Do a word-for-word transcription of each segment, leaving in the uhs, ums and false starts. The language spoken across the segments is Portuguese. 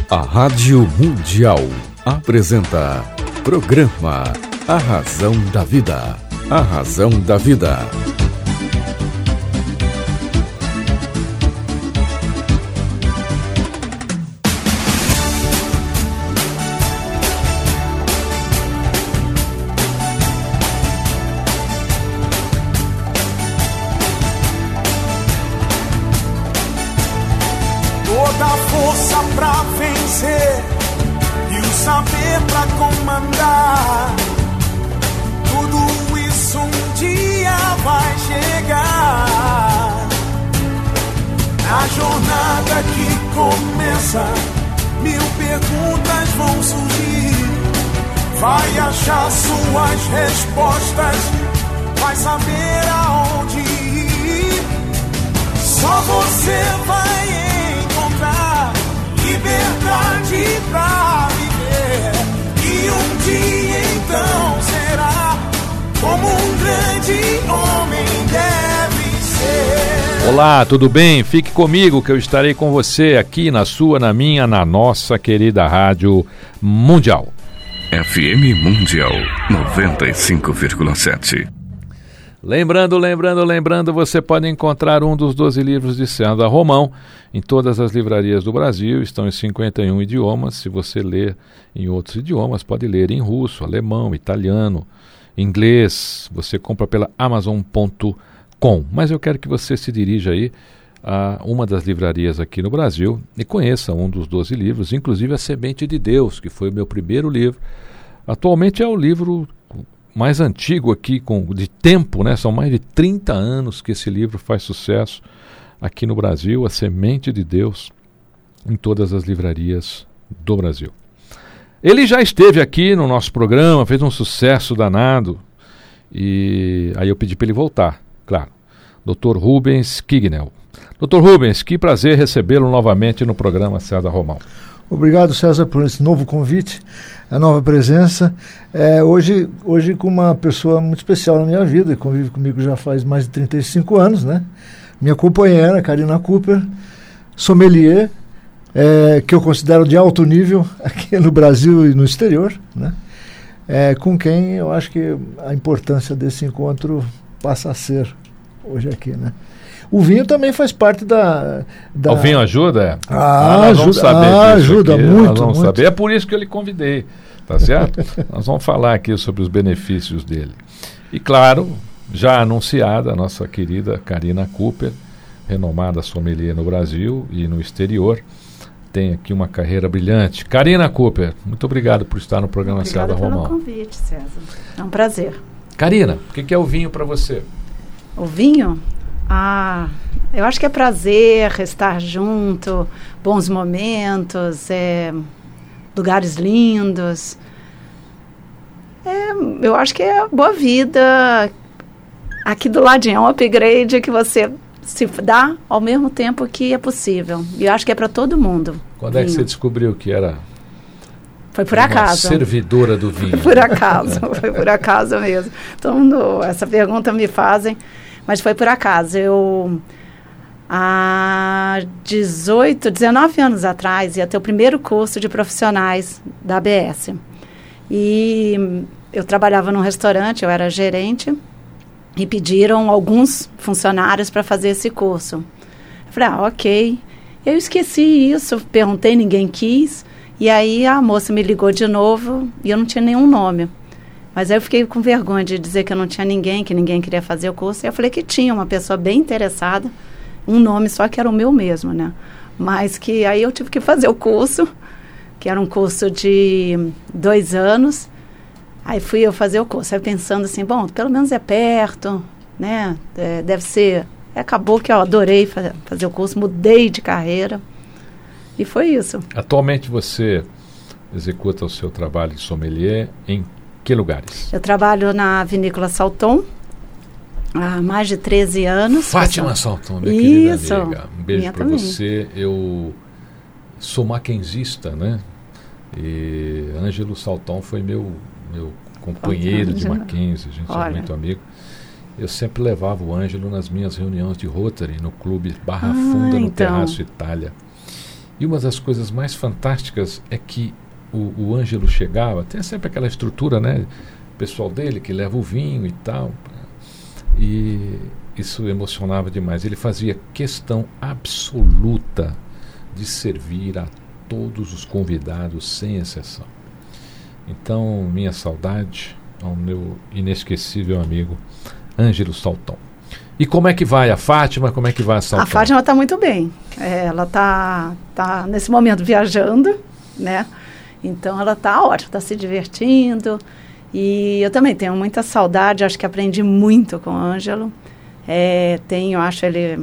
A Rádio Mundial apresenta Programa A Razão da Vida. A Razão da Vida. Toda a força pra vencer e o saber pra comandar. Tudo isso um dia vai chegar. Na jornada que começa, mil perguntas vão surgir. Vai achar suas respostas, vai saber aonde ir. Só você vai liberdade pra viver, e um dia então será como um grande homem deve ser. Olá, tudo bem? Fique comigo que eu estarei com você aqui na sua, na minha, na nossa querida Rádio Mundial. F M Mundial noventa e cinco vírgula sete. Lembrando, lembrando, lembrando, você pode encontrar um dos doze livros de César Romão em todas as livrarias do Brasil, estão em cinquenta e um idiomas. Se você ler em outros idiomas, pode ler em russo, alemão, italiano, inglês, você compra pela amazon ponto com. Mas eu quero que você se dirija aí a uma das livrarias aqui no Brasil e conheça um dos doze livros, inclusive A Semente de Deus, que foi o meu primeiro livro. Atualmente é o livro mais antigo aqui, com, de tempo, né? São mais de trinta anos que esse livro faz sucesso aqui no Brasil, A Semente de Deus, em todas as livrarias do Brasil. Ele já esteve aqui no nosso programa, fez um sucesso danado, e aí eu pedi para ele voltar, claro. doutor Rubens Kignel. doutor Rubens, que prazer recebê-lo novamente no programa César Romão. Obrigado, César, por esse novo convite, a nova presença. É, hoje, hoje com uma pessoa muito especial na minha vida, que convive comigo já faz mais de trinta e cinco anos, né? Minha companheira, Karina Cooper, sommelier, é, que eu considero de alto nível aqui no Brasil e no exterior, né? É, com quem eu acho que a importância desse encontro passa a ser hoje aqui, né? O vinho também faz parte da... da... O vinho ajuda? Ah, ah nós vamos ajuda, saber ah, disso ajuda aqui. muito, nós vamos muito. saber. É por isso que eu lhe convidei, tá certo? Nós vamos falar aqui sobre os benefícios dele. E claro, já anunciada a nossa querida Karina Cooper, renomada sommelier no Brasil e no exterior, tem aqui uma carreira brilhante. Karina Cooper, muito obrigado por estar no programa César Romão. Obrigada pelo convite, César. É um prazer. Karina, o que, que é o vinho para você? O vinho? Ah, eu acho que é prazer, estar junto, bons momentos, é, lugares lindos. É, eu acho que é boa vida. Aqui do ladinho é um upgrade que você se dá ao mesmo tempo que é possível. E eu acho que é para todo mundo. Quando vinho. É que você descobriu que era... Foi por uma acaso. Servidora do vinho. Foi por acaso, foi por acaso mesmo. Todo mundo, essa pergunta me fazem... Mas foi por acaso. Eu, há dezoito, dezenove anos atrás, ia ter o primeiro curso de profissionais da A B S. E eu trabalhava num restaurante, eu era gerente, e pediram alguns funcionários para fazer esse curso. Eu falei, ah, ok. Eu esqueci isso, perguntei, ninguém quis. E aí a moça me ligou de novo e eu não tinha nenhum nome. Mas aí eu fiquei com vergonha de dizer que eu não tinha ninguém, que ninguém queria fazer o curso. E eu falei que tinha uma pessoa bem interessada, um nome só que era o meu mesmo, né? Mas que aí eu tive que fazer o curso, que era um curso de dois anos. Aí fui eu fazer o curso, aí pensando assim, bom, pelo menos é perto, né? É, deve ser... Acabou que eu adorei fazer, fazer o curso, mudei de carreira. E foi isso. Atualmente você executa o seu trabalho de sommelier em que lugares? Eu trabalho na Vinícola Salton há mais de treze anos. Fátima Salton, minha Isso, querida amiga. Um beijo para também. você. Eu sou maquenzista, né? E Ângelo Salton foi meu, meu companheiro de Mackenzie, a gente é muito amigo. Eu sempre levava o Ângelo nas minhas reuniões de Rotary, no clube Barra ah, Funda, no então. Terraço Itália. E uma das coisas mais fantásticas é que o, o Ângelo chegava, tem sempre aquela estrutura, né? O pessoal dele que leva o vinho e tal. E isso emocionava demais. Ele fazia questão absoluta de servir a todos os convidados, sem exceção. Então, minha saudade ao meu inesquecível amigo Ângelo Salton. E como é que vai a Fátima? Como é que vai a Salton? A Fátima está muito bem. É, ela está tá, nesse momento viajando, né? Então ela está ótima, está se divertindo. E eu também tenho muita saudade, acho que aprendi muito com o Ângelo. É, tenho, acho ele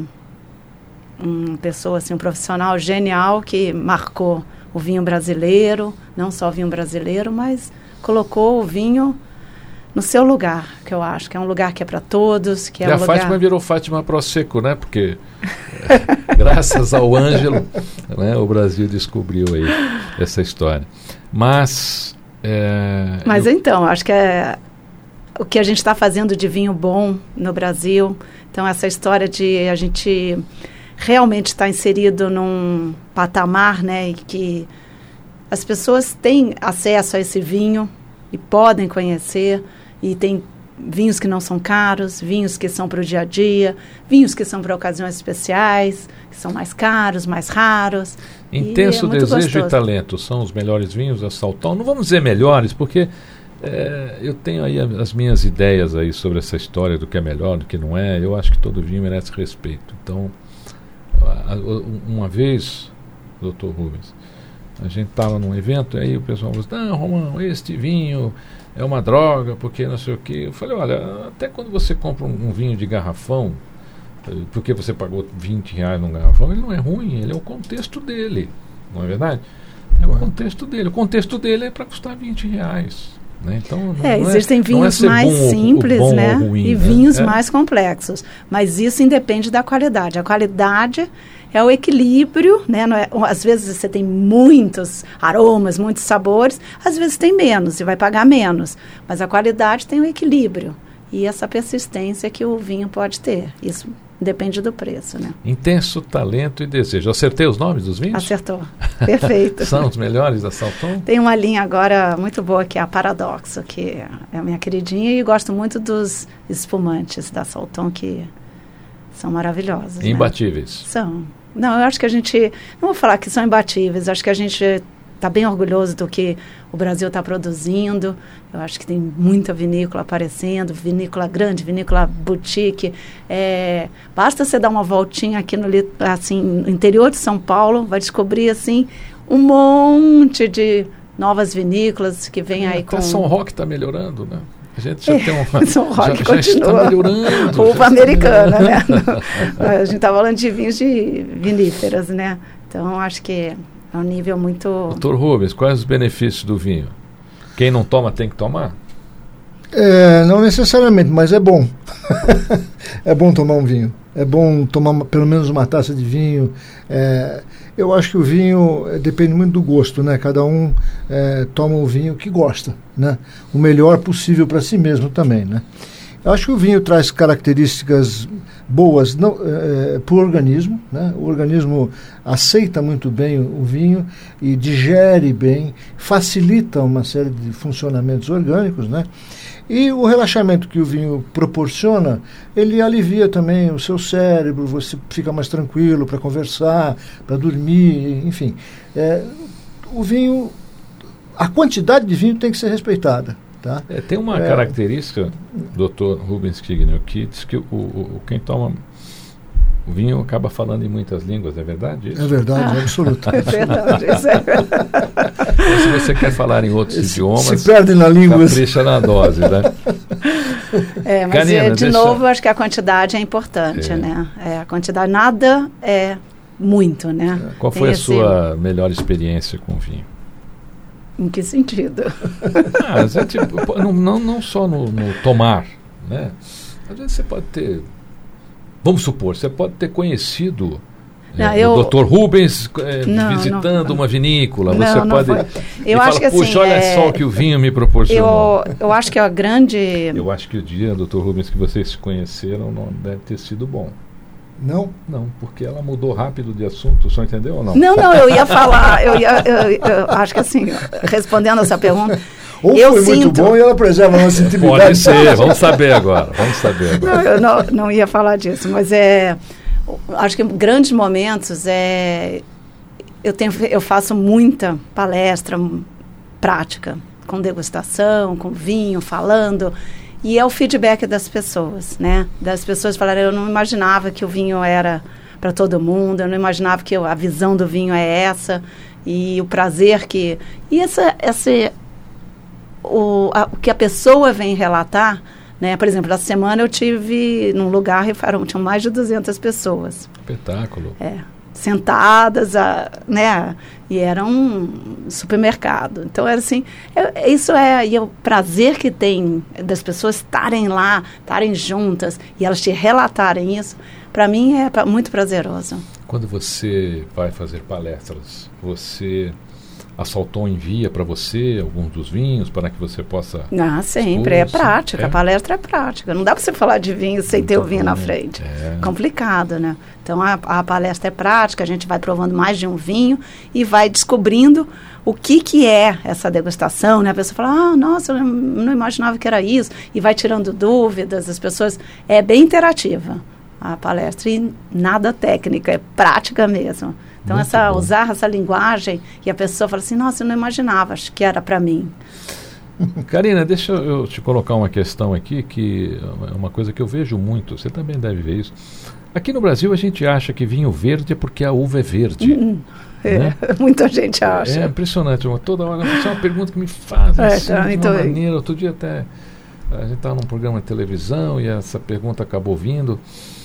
uma pessoa, assim, um profissional genial que marcou o vinho brasileiro, não só o vinho brasileiro, mas colocou o vinho no seu lugar, que eu acho que é um lugar que é para todos, que é e um a lugar... Fátima virou Fátima Prosecco, né? Porque é, graças ao Ângelo, né, o Brasil descobriu aí essa história. Mas... É, Mas eu... então, acho que é o que a gente está fazendo de vinho bom no Brasil. Então, essa história de a gente realmente estar inserido num patamar, né, e que as pessoas têm acesso a esse vinho e podem conhecer, e tem vinhos que não são caros, vinhos que são para o dia a dia, vinhos que são para ocasiões especiais, que são mais caros, mais raros. Intenso e é Desejo gostoso. e Talento são os melhores vinhos da Salton. Não vamos dizer melhores, porque é, eu tenho aí as minhas ideias aí sobre essa história do que é melhor, do que não é. Eu acho que todo vinho merece respeito. Então, a, a, uma vez, doutor Rubens, a gente estava num evento e aí o pessoal falou, não, Romão, este vinho é uma droga, porque não sei o quê. Eu falei, olha, até quando você compra um, um vinho de garrafão, porque você pagou vinte reais num garrafão, ele não é ruim, ele é o contexto dele, não é verdade? É o contexto dele. O contexto dele é para custar vinte reais. Né? Então, não, é, não existem é, vinhos não é mais bom, simples, bom né? ruim, e né? vinhos é. mais complexos. Mas isso independe da qualidade. A qualidade é o equilíbrio, né? Não é, às vezes você tem muitos aromas, muitos sabores, às vezes tem menos e vai pagar menos. Mas a qualidade tem o equilíbrio. E essa persistência que o vinho pode ter. Isso depende do preço, né? Intenso Talento e Desejo. Acertei os nomes dos vinhos? Acertou. Perfeito. São os melhores da Salton? Tem uma linha agora muito boa que é a Paradoxo, que é a minha queridinha, e gosto muito dos espumantes da Salton, que são maravilhosos. Imbatíveis. Né? São. Não, eu acho que a gente... Não vou falar que são imbatíveis, acho que a gente está bem orgulhoso do que o Brasil está produzindo. Eu acho que tem muita vinícola aparecendo, vinícola grande, vinícola boutique. É, basta você dar uma voltinha aqui no, assim, no interior de São Paulo, vai descobrir assim, um monte de novas vinícolas que vem é, aí até com... São Roque está melhorando, né? A gente já é, tem uma... São Roque já, continua. já está melhorando. Uva americana, né? A gente está falando de vinhos de viníferas, né? Então, acho que é um nível muito... doutor Rubens, quais os benefícios do vinho? Quem não toma tem que tomar? É, não necessariamente, mas é bom. É bom tomar um vinho. É bom tomar uma, pelo menos uma taça de vinho. É, eu acho que o vinho é, depende muito do gosto, né? Cada um é, toma o vinho que gosta, né? O melhor possível para si mesmo também, né? Eu acho que o vinho traz características boas não, é, para o organismo, né? O organismo aceita muito bem o, o vinho e digere bem, facilita uma série de funcionamentos orgânicos, né? E o relaxamento que o vinho proporciona, ele alivia também o seu cérebro, você fica mais tranquilo para conversar, para dormir, enfim. É, o vinho, a quantidade de vinho tem que ser respeitada. Tá? É, tem uma é. característica, doutor Rubens Kignel, que diz que o, o, quem toma o vinho acaba falando em muitas línguas, é verdade isso? É verdade, ah, é absoluto. É verdade, isso é verdade. Então, se você quer falar em outros se, idiomas, se perde na língua. Capricha na dose, né? É, mas Karina, é, de deixa... novo, eu acho que a quantidade é importante, é. né? É, a quantidade, nada é muito, né? Qual Tem foi a esse... sua melhor experiência com o vinho? Em que sentido? Ah, é tipo, não, não, não só no, no tomar, né? Às vezes você pode ter, vamos supor, você pode ter conhecido não, é, eu... o doutor Rubens é, não, visitando não, uma vinícola. Não, você não pode foi. e Eu fala, acho que puxa, assim, olha é... só o que o vinho me proporcionou. Eu, eu acho que a grande... Eu acho que o dia, doutor Rubens, que vocês se conheceram não deve ter sido bom. Não? Não, porque ela mudou rápido de assunto, só entendeu ou não? Não, não, eu ia falar, eu, ia, eu, eu acho que assim, respondendo essa pergunta, Ou eu foi sinto... muito bom e ela preserva a nossa intimidade. Pode ser, vamos saber agora, vamos saber agora. Não, eu não, não ia falar disso, mas é, acho que em grandes momentos é, eu, tenho, eu faço muita palestra prática, com degustação, com vinho, falando, e é o feedback das pessoas, né? Das pessoas falarem, eu não imaginava que o vinho era para todo mundo, eu não imaginava que eu, a visão do vinho é essa, e o prazer que... E essa, essa, o, a, o que a pessoa vem relatar, né? Por exemplo, essa semana eu tive num lugar, tinham mais de duzentas pessoas. Espetáculo. É. Sentadas, a, né, e era um supermercado. Então, era assim, é, isso é e o prazer que tem das pessoas estarem lá, estarem juntas, e elas te relatarem isso, para mim é pra, muito prazeroso. Quando você vai fazer palestras, você assaltou envia para você alguns dos vinhos para que você possa... Ah, sempre, é prática, é? A palestra é prática. Não dá para você falar de vinho sem Muito ter o vinho bom. na frente. É. Complicado, né? Então, a, a palestra é prática, a gente vai provando mais de um vinho e vai descobrindo o que, que é essa degustação, né? A pessoa fala, ah, nossa, eu não imaginava que era isso, e vai tirando dúvidas, as pessoas... É bem interativa a palestra e nada técnica, é prática mesmo. Então, essa, usar essa linguagem e a pessoa fala assim, nossa, eu não imaginava, acho que era para mim. Karina, deixa eu te colocar uma questão aqui, que é uma coisa que eu vejo muito, você também deve ver isso. Aqui no Brasil a gente acha que vinho verde é porque a uva é verde. Hum, né? é, muita gente acha. É impressionante, uma, toda hora, isso é uma pergunta que me fazem é, assim, tá, de então uma maneira, outro dia até, a gente estava num programa de televisão e essa pergunta acabou vindo.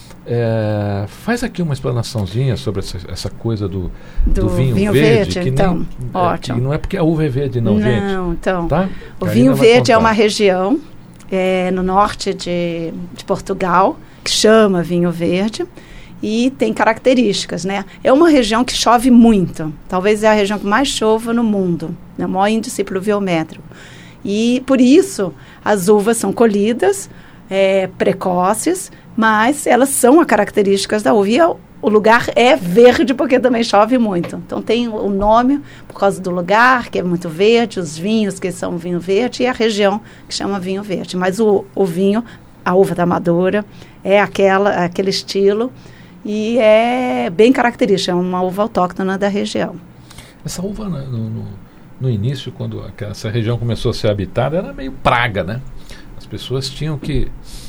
É, faz aqui uma explanaçãozinha sobre essa, essa coisa do, do, do vinho, vinho verde, verde que então, nem, ótimo. É, que não é porque a uva é verde não, não gente. Não, então, tá? o vinho verde é uma região é, no norte de, de Portugal, que chama vinho verde, e tem características, né? É uma região que chove muito, talvez é a região que mais chova no mundo, né? O maior índice pluviométrico. E, por isso, as uvas são colhidas é, precoces, mas elas são as características da uva. E o lugar é verde porque também chove muito. Então tem o nome por causa do lugar, que é muito verde, os vinhos que são vinho verde, e a região que chama vinho verde. Mas o, o vinho, a uva da Amadora, é aquela, aquele estilo e é bem característica, é uma uva autóctona da região. Essa uva, no, no, no início, quando essa região começou a ser habitada, era meio praga, né? As pessoas tinham que...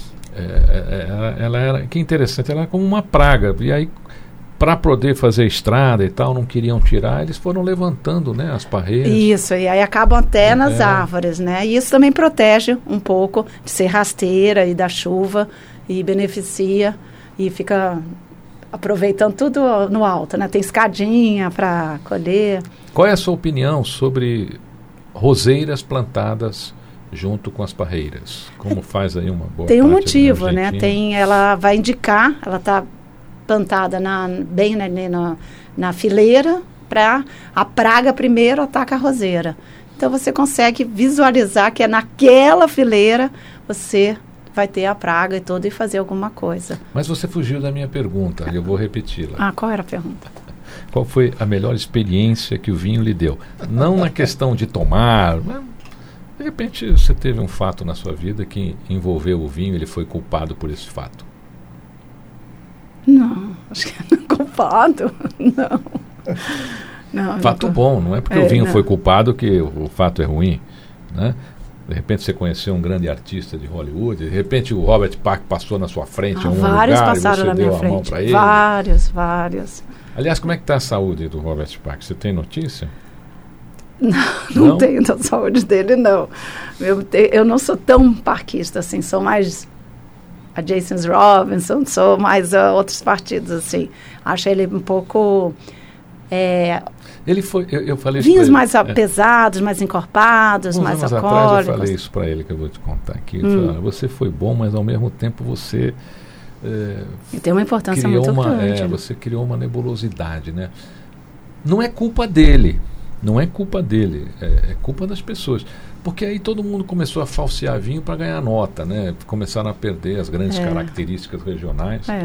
É, ela, ela era, que interessante, ela era como uma praga, e aí para poder fazer estrada e tal, não queriam tirar, eles foram levantando, né, as parreiras. Isso, e aí acabam até é, nas árvores, né, e isso também protege um pouco de ser rasteira e da chuva, e beneficia, e fica aproveitando tudo no alto, né, tem escadinha para colher. Qual é a sua opinião sobre roseiras plantadas junto com as parreiras? Como faz aí uma boa Tem um motivo, né? Tem, ela vai indicar, ela está plantada na, bem na, na, na fileira, para a praga primeiro ataca a roseira. Então você consegue visualizar que é naquela fileira você vai ter a praga e tudo e fazer alguma coisa. Mas você fugiu da minha pergunta, eu vou repeti-la. Ah, qual era a pergunta? Qual foi a melhor experiência que o vinho lhe deu? Não na questão de tomar, mas de repente você teve um fato na sua vida que envolveu o vinho, ele foi culpado por esse fato? Não, acho que não é culpado, não. não fato não, bom, não é porque é, o vinho não. foi culpado que o, o fato é ruim, né? De repente você conheceu um grande artista de Hollywood, de repente o Robert Pack passou na sua frente ah, em um vários lugar passaram e você na deu minha a frente. mão para ele. Vários, vários. Aliás, como é que está a saúde do Robert Pack? Você tem notícia? Não, não, não tenho da saúde dele, não. Eu, te, eu não sou tão parquista, assim, sou mais a Jason Robinson, sou mais uh, outros partidos, assim. Acho ele um pouco... É, ele foi, eu, eu falei vinhos isso mais é. pesados, mais encorpados, Uns mais anos alcoólicos. atrás eu falei isso para ele, que eu vou te contar aqui. Hum. Falei, você foi bom, mas ao mesmo tempo você... É, e tem uma importância criou muito uma, grande. É, você criou uma nebulosidade, né? Não é culpa dele. Não é culpa dele, é, é culpa das pessoas. Porque aí todo mundo começou a falsear vinho para ganhar nota, né? Começaram a perder as grandes é. características regionais. É.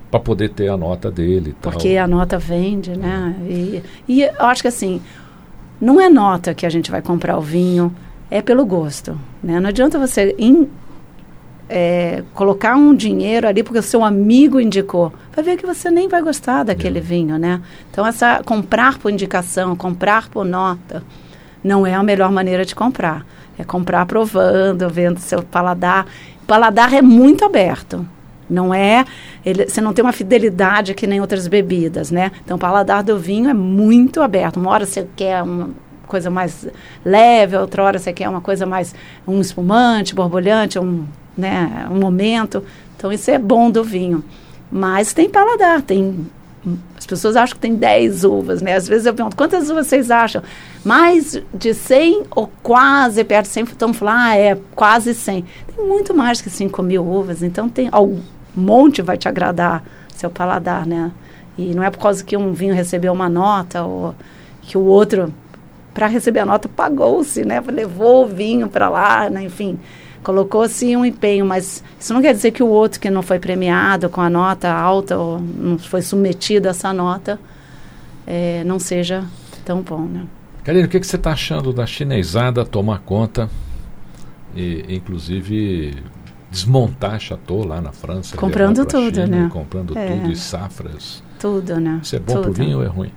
para poder ter a nota dele. E Porque tal. a nota vende, né? E, e eu acho que assim, não é nota que a gente vai comprar o vinho, é pelo gosto, né? Não adianta você in, é, colocar um dinheiro ali porque o seu amigo indicou. Vai ver que você nem vai gostar daquele é. vinho, né? Então, essa comprar por indicação, comprar por nota, não é a melhor maneira de comprar. É comprar provando, vendo seu paladar. O paladar é muito aberto. Não é, ele, você não tem uma fidelidade que nem outras bebidas, né? Então, o paladar do vinho é muito aberto. Uma hora você quer uma coisa mais leve, outra hora você quer uma coisa mais, um espumante, borbulhante, um, né, um momento. Então, isso é bom do vinho. Mas tem paladar, tem... As pessoas acham que tem dez uvas, né? Às vezes eu pergunto, quantas uvas vocês acham? Mais de cem ou quase perto de cem? Então, falar, ah, é quase cem. Tem muito mais que cinco mil uvas, então tem... Um monte vai te agradar, seu paladar, né? E não é por causa que um vinho recebeu uma nota ou que o outro, para receber a nota, pagou-se, né? Levou o vinho para lá, né? Enfim, colocou-se um empenho, mas isso não quer dizer que o outro que não foi premiado com a nota alta ou não foi submetido a essa nota é, não seja tão bom, né? Karine, o que, que você está achando da chinesada tomar conta e, inclusive... desmontar Chateau lá na França. Comprando tudo, China, né? Comprando é. tudo e safras. Tudo, né? Isso é bom tudo. Pro vinho ou é ruim?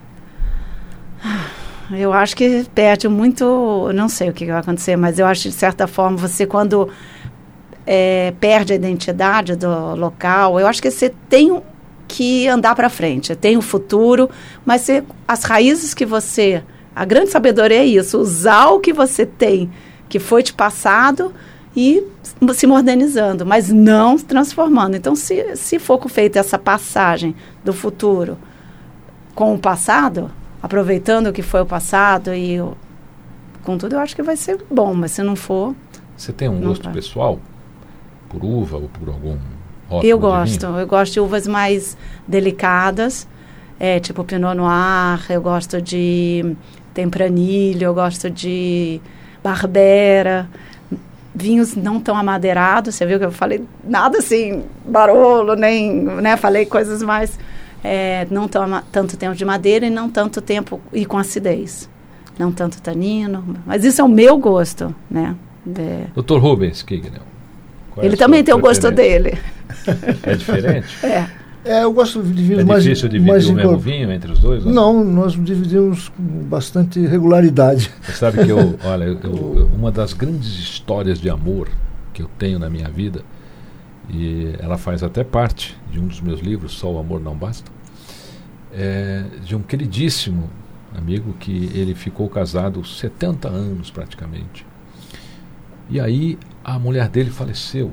Eu acho que perde muito... Não sei o que vai acontecer, mas eu acho que, de certa forma, você quando é, perde a identidade do local, eu acho que você tem que andar para frente. Tem o futuro, mas você, as raízes que você... A grande sabedoria é isso, usar o que você tem, que foi te passado... e se modernizando, mas não se transformando. Então, se, se for feita essa passagem do futuro com o passado, aproveitando o que foi o passado e o, com tudo, eu acho que vai ser bom, mas se não for... Você tem um gosto vai. pessoal por uva ou por algum rótulo? Eu gosto, eu gosto de uvas mais delicadas, é, tipo Pinot Noir, eu gosto de Tempranillo, eu gosto de Barbera... Vinhos não tão amadeirados, você viu que eu falei nada assim, Barolo, nem, né, falei coisas mais, é, não tão, tanto tempo de madeira e não tanto tempo, e com acidez, não tanto tanino, mas isso é o meu gosto, né. É. doutor Rubens Kignel. Ele também tem o gosto dele. É diferente? É. É, eu gosto de vinhos é mais... É difícil dividir mais o mesmo vinho entre os dois? Ou? Não, nós dividimos com bastante regularidade. Você sabe que eu, olha, eu, eu, uma das grandes histórias de amor que eu tenho na minha vida, e ela faz até parte de um dos meus livros, Só o Amor Não Basta, é de um queridíssimo amigo que ele ficou casado setenta anos praticamente. E aí a mulher dele faleceu.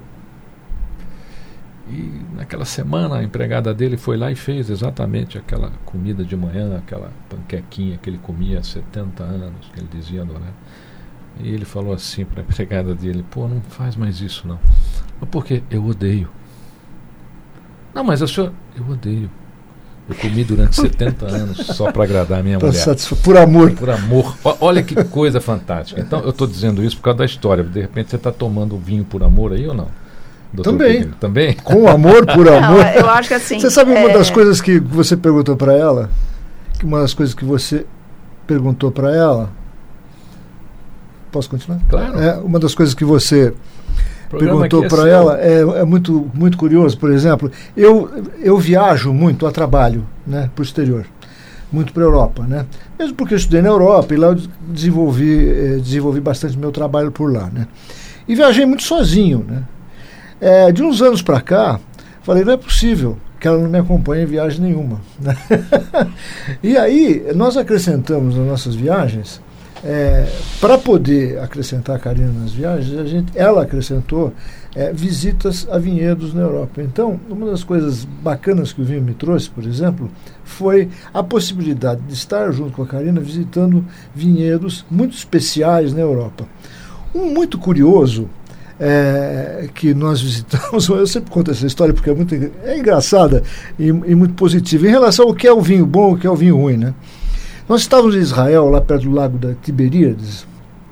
E naquela semana a empregada dele foi lá e fez exatamente aquela comida de manhã, aquela panquequinha que ele comia há setenta anos, que ele dizia adorar. E ele falou assim para a empregada dele, pô, não faz mais isso não. Mas por quê? Eu odeio. Não, mas a senhora... Eu odeio. Eu comi durante setenta anos só para agradar a minha mulher. Por amor. Por amor. O, olha que coisa fantástica. Então eu estou dizendo isso por causa da história. De repente você está tomando vinho por amor aí ou não? doutor Também. Pedro, também. Com amor, por amor. Não, eu acho que assim... Você sabe uma é... das coisas que você perguntou para ela? Que uma das coisas que você perguntou para ela... Posso continuar? Claro. É, uma das coisas que você perguntou é para ela é, é muito, muito curioso. Por exemplo, eu, eu viajo muito a trabalho, né, para o exterior. Muito para a Europa, né? Mesmo porque eu estudei na Europa e lá eu desenvolvi, eh, desenvolvi bastante meu trabalho por lá, né? E viajei muito sozinho, né? É, de uns anos para cá, falei, não é possível que ela não me acompanhe em viagem nenhuma. Né? E aí, nós acrescentamos nas nossas viagens, é, para poder acrescentar a Karine nas viagens, a gente, ela acrescentou é, visitas a vinhedos na Europa. Então, uma das coisas bacanas que o vinho me trouxe, por exemplo, foi a possibilidade de estar junto com a Karine visitando vinhedos muito especiais na Europa. Um muito curioso, É, que nós visitamos, eu sempre conto essa história porque é muito é engraçada e, e muito positiva em relação ao que é o vinho bom e o que é o vinho ruim, né? Nós estávamos em Israel, lá perto do lago da Tiberíades,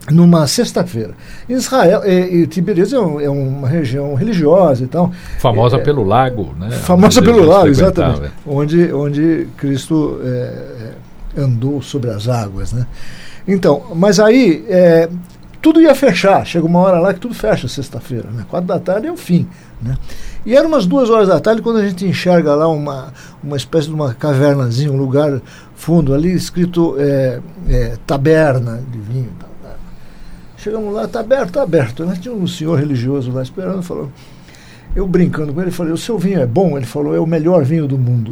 numa sexta-feira. Israel, e, e Tiberíades é, um, é uma região religiosa e tal. Famosa é, pelo lago, né? Famosa pelo lago, exatamente. Onde, onde Cristo é, andou sobre as águas, né? Então, mas aí é, tudo ia fechar. Chega uma hora lá que tudo fecha sexta-feira, né? Quatro da tarde é o fim, né? E era umas duas horas da tarde quando a gente enxerga lá uma, uma espécie de uma cavernazinha, um lugar fundo ali, escrito é, é, taberna de vinho. Chegamos lá, está aberto, está aberto. Nós tinha um senhor religioso lá esperando, falou, eu brincando com ele, falei, o seu vinho é bom? Ele falou, é o melhor vinho do mundo.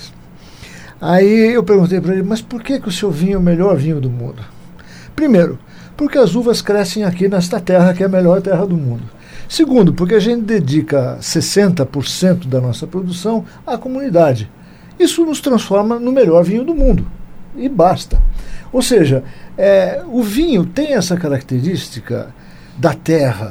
Aí eu perguntei para ele, mas por que, que o seu vinho é o melhor vinho do mundo? Primeiro, porque as uvas crescem aqui nesta terra, que é a melhor terra do mundo. Segundo, porque a gente dedica sessenta por cento da nossa produção à comunidade. Isso nos transforma no melhor vinho do mundo. E basta. Ou seja, é, o vinho tem essa característica da terra,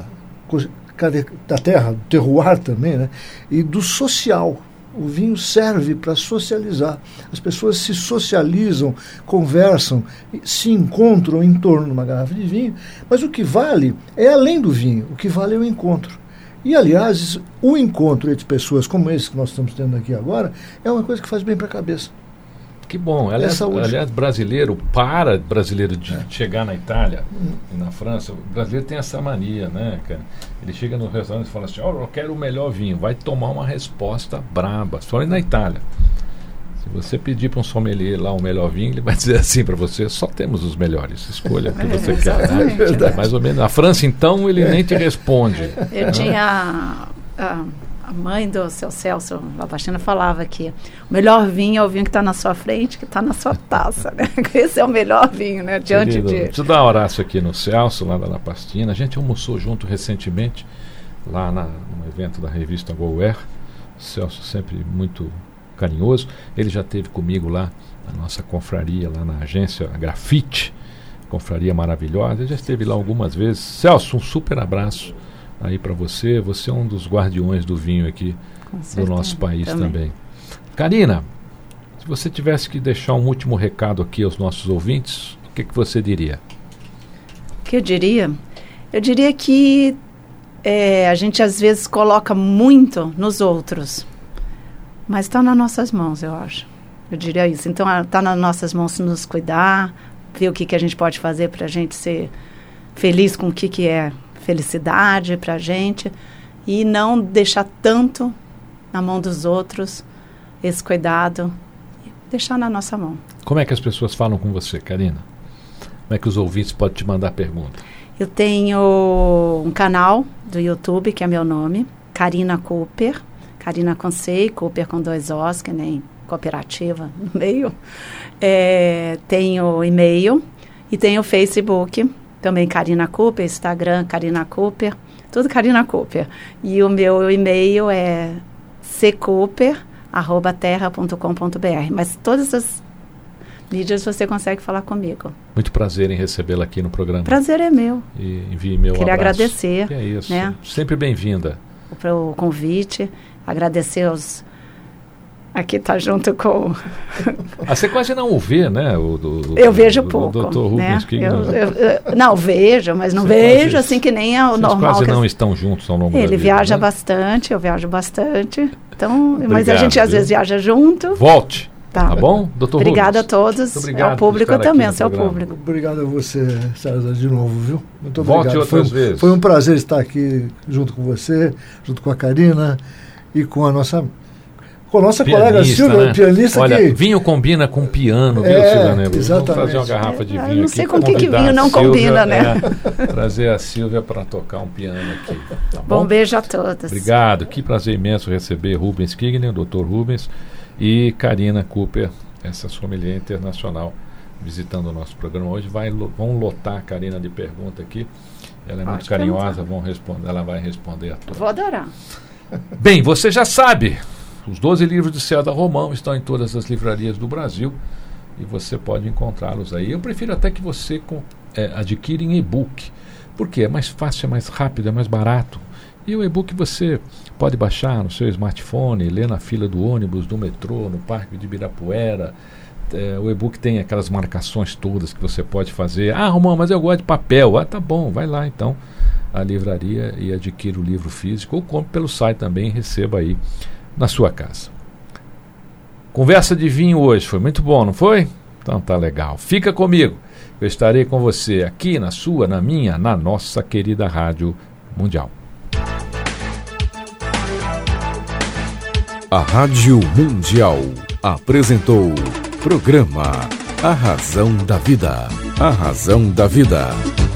da terra, do terroir também, né? E do social. O vinho serve para socializar. As pessoas se socializam, conversam, se encontram em torno de uma garrafa de vinho, mas o que vale é além do vinho, o que vale é o encontro. E, aliás, o encontro entre pessoas como esse que nós estamos tendo aqui agora é uma coisa que faz bem para a cabeça. Que bom. Aliás, aliás, brasileiro, para brasileiro de é. chegar na Itália hum. e na França, o brasileiro tem essa mania, né, cara? Ele chega no restaurante e fala assim, oh, eu quero o melhor vinho. Vai tomar uma resposta braba. Só na Itália. Se você pedir para um sommelier lá o melhor vinho, ele vai dizer assim para você, só temos os melhores. Escolha o que você é, quer. Né? Mais ou menos. Na França, então, ele nem te responde. Eu né? tinha... Uh, A mãe do seu Celso Labastina falava que o melhor vinho é o vinho que está na sua frente, que está na sua taça, né? Esse é o melhor vinho, né? Diante Querido, de... Deixa eu dar um abraço aqui no Celso, lá da Lapastina. A gente almoçou junto recentemente, lá na, no evento da revista GoWare. O Celso sempre muito carinhoso. Ele já esteve comigo lá na nossa confraria, lá na agência Grafite, confraria maravilhosa. Ele já esteve lá algumas vezes. Celso, um super abraço aí para você. Você é um dos guardiões do vinho aqui do nosso país também. também. Karina, se você tivesse que deixar um último recado aqui aos nossos ouvintes, o que, que você diria? O que eu diria? Eu diria que é, a gente às vezes coloca muito nos outros, mas está nas nossas mãos, eu acho. Eu diria isso. Então está nas nossas mãos nos cuidar, ver o que, que a gente pode fazer para a gente ser feliz com o que, que é felicidade para a gente e não deixar tanto na mão dos outros esse cuidado, deixar na nossa mão. Como é que as pessoas falam com você, Karina? Como é que os ouvintes podem te mandar pergunta? Eu tenho um canal do YouTube, que é meu nome, Karina Cooper, Karina com C e Cooper com dois Os, que nem cooperativa no meio. É, tenho e-mail e tenho Facebook, também Karina Cooper, Instagram Karina Cooper, tudo Karina Cooper. E o meu e-mail é c cooper arroba terra ponto com ponto b r. Mas todas as mídias você consegue falar comigo. Muito prazer em recebê-la aqui no programa. Prazer é meu. E envie meu Queria abraço. agradecer. Que é isso. Né? Sempre bem-vinda. Para o convite, agradecer aos... Aqui está junto com... Ah, você quase não o vê, né? O, do, eu vejo do, pouco. Do doutor Rubens né? King, eu, eu, eu, não, vejo, mas não você vejo quase, assim que nem é o normal. Quase que não as... estão juntos ao longo Ele da vida, viaja né? bastante, eu viajo bastante. Então, Obrigado, mas a gente viu? às vezes viaja junto. Volte. Tá, tá bom, doutor Obrigada Rubens. a todos. Muito obrigado ao público também, ao seu programa. público. Obrigado a você, César, de novo, viu? Muito Volte obrigado. outras foi, vezes. Foi um prazer estar aqui junto com você, junto com a Karina e com a nossa... Com a nossa pianista, colega Silvia, né? pianista. Olha, que... vinho combina com piano, viu, é, Silvia Nebro? Exatamente. Vamos trazer uma garrafa de é, vinho eu não aqui. sei com que, que vinho não Silvia, combina, né? É, trazer a Silvia para tocar um piano aqui. Tá bom? Bom beijo a todos. Obrigado. Que prazer imenso receber Rubens Kigner, o doutor Rubens, e Karina Cooper, essa sommelier internacional, visitando o nosso programa hoje. Vai, vão lotar a Karina de pergunta aqui. Ela é Pode muito carinhosa, vão responder, ela vai responder a todos. Vou adorar. Bem, você já sabe. Os doze livros de César Romão estão em todas as livrarias do Brasil e você pode encontrá-los aí. Eu prefiro até que você com, é, adquira em e-book, porque é mais fácil, é mais rápido, é mais barato. E o e-book você pode baixar no seu smartphone, ler na fila do ônibus, do metrô, no Parque de Ibirapuera, é, o e-book tem aquelas marcações todas que você pode fazer. Ah, Romão, mas eu gosto de papel. Ah, tá bom, vai lá então à livraria e adquira o livro físico, ou compre pelo site também e receba aí na sua casa. Conversa de vinho hoje foi muito bom, não foi? Então tá legal. Fica comigo. Eu estarei com você aqui na sua, na minha, na nossa querida Rádio Mundial. A Rádio Mundial apresentou programa A Razão da Vida. A Razão da Vida.